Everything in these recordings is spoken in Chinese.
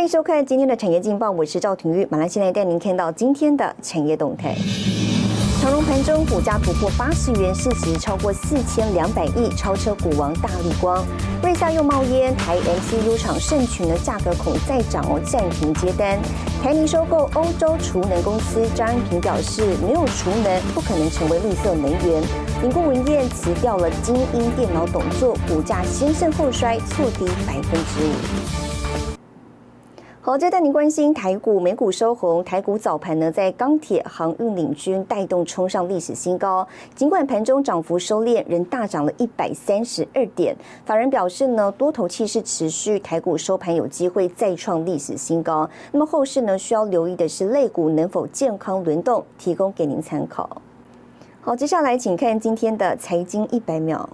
迎收看今天的产业劲报，我是赵廷玉，马上现在带您看到今天的产业动态。长荣盘中股价突破80元，市值超过4200亿，超车股王大立光。瑞萨又冒烟，台 MCU 厂盛群的价格恐再涨暂停接单。台泥收购欧洲储能公司，张安平表示，没有储能不可能成为绿色能源。林郭文彦辞掉了精英电脑董座，股价先盛后衰，挫低5%。好，接带您关心台股，美股收红，台股早盘呢在钢铁、航运领军带动冲上历史新高。尽管盘中涨幅收敛，仍大涨了132点。法人表示呢，多头气势持续，台股收盘有机会再创历史新高。那么后市呢，需要留意的是类股能否健康轮动，提供给您参考。好，接下来请看今天的财经100秒。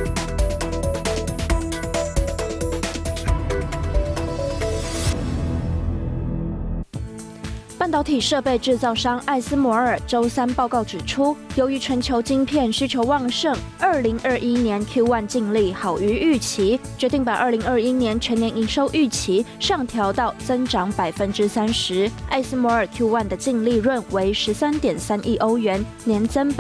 半导体设备制造商艾斯摩尔周三报告指出，由于全球晶片需求旺盛，2021年 Q1 净利好于预期，决定把2021年全年营收预期上调到增长30%。艾斯摩尔 Q1 的净利润为13.3亿欧元，年增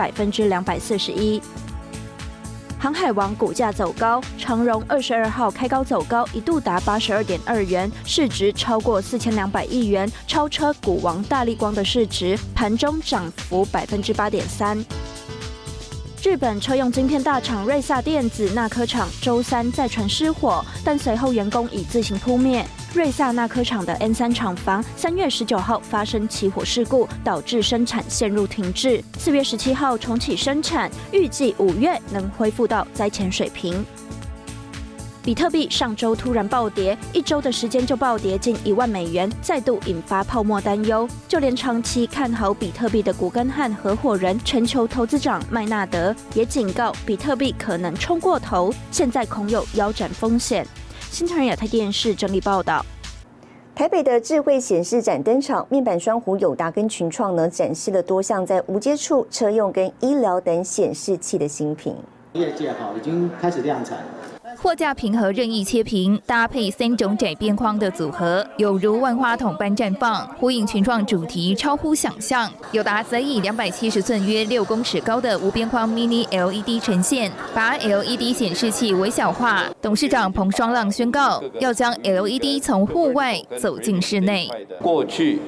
241%。航海王股价走高，长荣22号开高走高，一度达82.2元，市值超过4200亿元，超车股王大立光的市值，盘中涨幅8.3%。日本车用晶片大厂瑞萨电子纳科厂周三再传失火，但随后员工已自行扑灭。瑞萨纳科厂的 N3 厂房3月19号发生起火事故，导致生产陷入停滞。4月17号重启生产，预计5月能恢复到灾前水平。比特币上周突然暴跌，1周的时间就暴跌近1万美元，再度引发泡沫担忧。就连长期看好比特币的古根汉合伙人、全球投资长麦纳德也警告，比特币可能冲过头，现在恐有腰斩风险。新唐人亚太电视整理报道。 台北的智慧显示展登场，面板双虎友达跟群创呢展示了多项在无接触、车用跟医疗等显示器的新品。 业界已经开始量产。 货架屏和任意切屏，搭配3种窄边框的组合，有如万花筒般绽放，呼应群创主题，超乎想象。友达则以270寸约6公尺高的无边框 Mini LED 呈现，把 LED 显示器微小化。董事长彭双浪宣告，要将 LED 从户外走进室内。 过去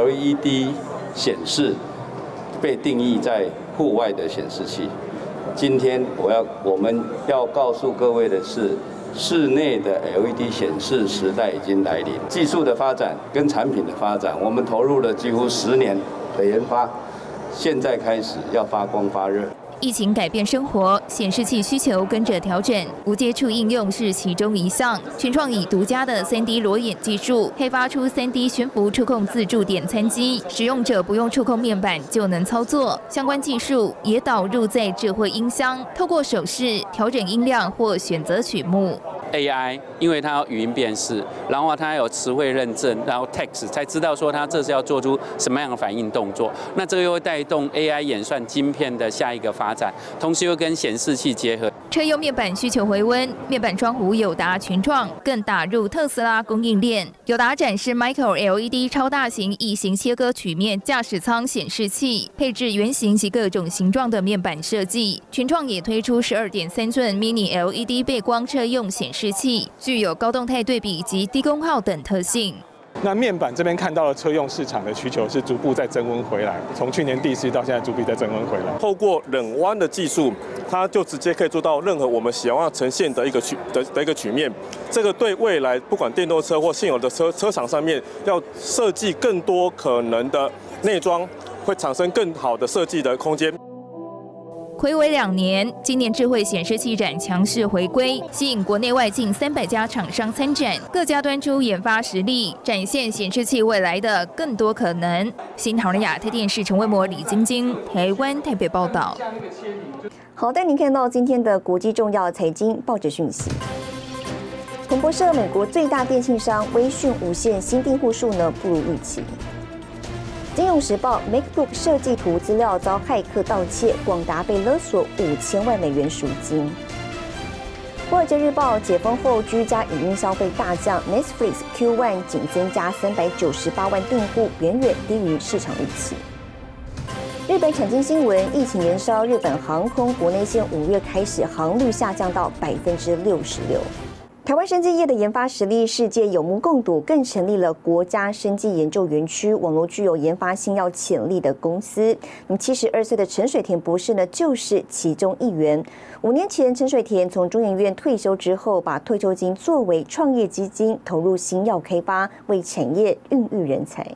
LED 显示被定义在户外的显示器。今天我们要告诉各位的是，室内的 LED 显示时代已经来临。技术的发展跟产品的发展，我们投入了几乎10年的研发，现在开始要发光发热。 疫情改变生活，显示器需求跟着调整，无接触应用是其中一项。群创以独家的3D 裸眼技术，开发出3D 悬浮触控自助点餐机，使用者不用触控面板就能操作。相关技术也导入在智慧音箱，透过手势调整音量或选择曲目。 AI， 因为它有语音辨识，然后它有词汇认证，然后 text 才知道说它这是要做出什么样的反应动作。那这个又会带动 AI 演算晶片的下一个发展，同时又跟显示器结合。 车用面板需求回温，面板双虎友达、群创更打入特斯拉供应链。友达展示 Micro LED 超大型异形切割曲面驾驶舱显示器，配置圆形及各种形状的面板设计。群创也推出12.3寸 Mini LED 背光车用显示器，具有高动态对比及低功耗等特性。 那面板这边看到了车用市场的需求是逐步在增温回来，从去年第4季到现在逐步在增温回来。 透过冷弯的技术，它就直接可以做到任何我们想要呈现的一个曲面。这个对未来不管电动车或现有的车厂上面要设计更多可能的内装，会产生更好的设计的空间。 睽违2年，今年智慧显示器展强势回归，吸引国内外近300家厂商参展，各家端出研发实力，展现显示器未来的更多可能。新唐人亚太电视陈卫模、李晶晶，台湾台北报道。 好，带您看到今天的国际重要财经报纸讯息。彭博社，美国最大电信商微讯无线新订户数呢不如预期。金融时报 MacBook 设计图资料遭骇客盗窃，广达被勒索5000万美元赎金。 华尔街日报解封后，居家影音消费大降 ，Netflix Q1 仅增加398万订户，远远低于市场预期。日本产经新闻：疫情延烧，日本航空国内线5月开始航率下降到66%。台湾生技业的研发实力世界有目共睹，更成立了国家生技研究园区，网罗具有研发新药潜力的公司。那么72岁的陈水田博士呢，就是其中一员。5年前，陈水田从中研院退休之后，把退休金作为创业基金，投入新药开发，为产业孕育人才。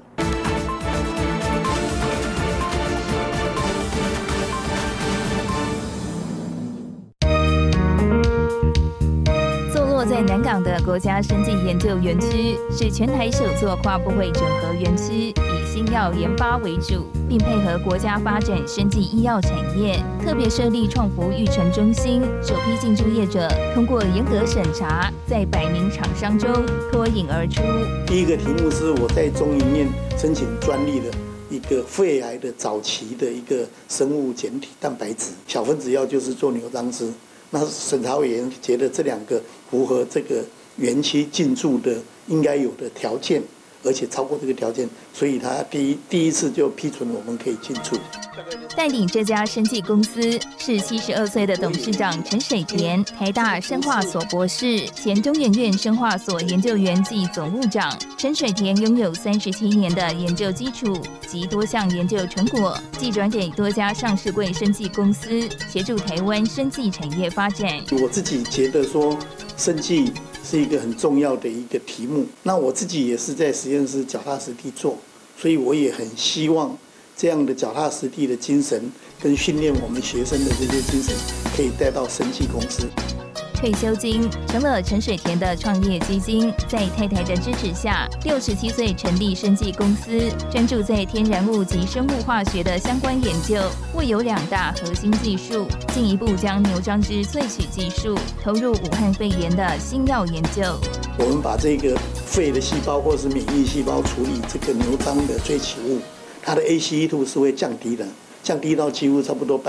在南港的国家生技研究园区是全台首座跨部会整合园区，以新药研发为主，并配合国家发展生技医药产业，特别设立创福育成中心，首批进驻业者通过严格审查，在100名厂商中脱颖而出。 第一个题目是我在中研院申请专利的一个肺癌的早期的一个生物简体蛋白质小分子药，就是做牛樟芝。那审查委员觉得这2个符合这个园区进驻的应该有的条件，而且超过这个条件，所以他第一次就批准我们可以进驻。 带领这家生技公司是72岁的董事长陈水田，台大生化所博士，前中研院生化所研究员暨总务长。陈水田拥有37年的研究基础及多项研究成果，寄转给多家上市柜生技公司，协助台湾生技产业发展。 我自己觉得说，生技是一个很重要的一个题目。那我自己也是在实验室脚踏实地做，所以我也很希望这样的脚踏实地的精神跟训练我们学生的这些精神，可以带到生技公司。 退休金成了陈水田的创业基金，在太太的支持下，67岁成立生技公司，专注在天然物及生物化学的相关研究，为有2大核心技术，进一步将牛樟芝萃取技术投入武汉肺炎的新药研究。 我们把这个肺的细胞或是免疫细胞处理这个牛樟的萃取物，它的 ACE2 是会降低的，降低到几乎差不多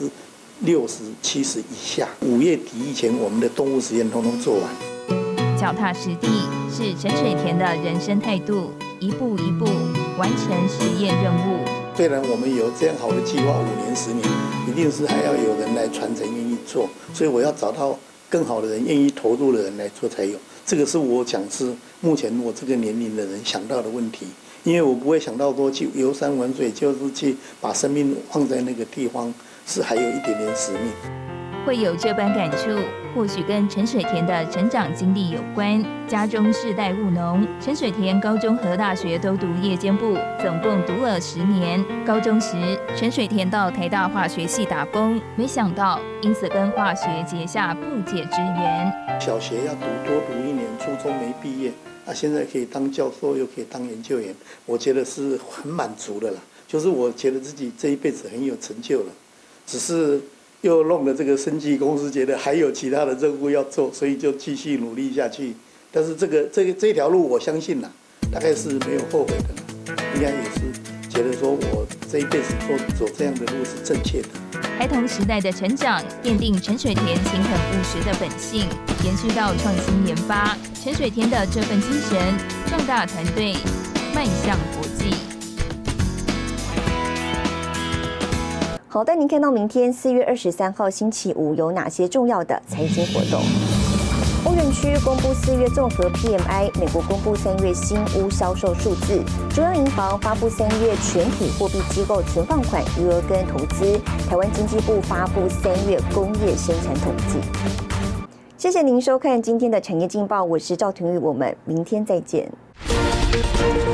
60%、70%以下。5月底以前，我们的动物实验统统做完。 脚踏实地是陈水田的人生态度，一步一步完成实验任务。 虽然我们有这样好的计划，5年、10年，一定是还要有人来传承、愿意做，所以我要找到更好的人、愿意投入的人来做才有。这个是我讲是目前我这个年龄的人想到的问题。因为我不会想到说去游山玩水，就是去把生命放在那个地方，是还有一点点使命。 会有这般感触，或许跟陈水田的成长经历有关。家中世代务农，陈水田高中和大学都读夜间部，总共读了10年。高中时，陈水田到台大化学系打工，没想到因此跟化学结下不解之缘。 小学要多读1年，初中没毕业。现在可以当教授，又可以当研究员，我觉得是很满足的啦。就是我觉得自己这一辈子很有成就了，只是又弄了这个生技公司，觉得还有其他的任务要做，所以就继续努力下去。但是这条路，我相信啦，大概是没有后悔的啦，应该也是觉得说我这一辈子走这样的路是正确的。 孩童时代的成长奠定陈水田勤恳务实的本性，延续到创新研发。陈水田的这份精神，壮大团队，迈向国际。 好，带您看到明天4月23号星期五有哪些重要的财经活动。欧元区公布4月综合 PMI， 美国公布3月新屋销售数字，中央银行发布3月全体货币机构存放款余额跟投资，台湾经济部发布3月工业生产统计。谢谢您收看今天的产业劲报，我是赵廷玉，我们明天再见。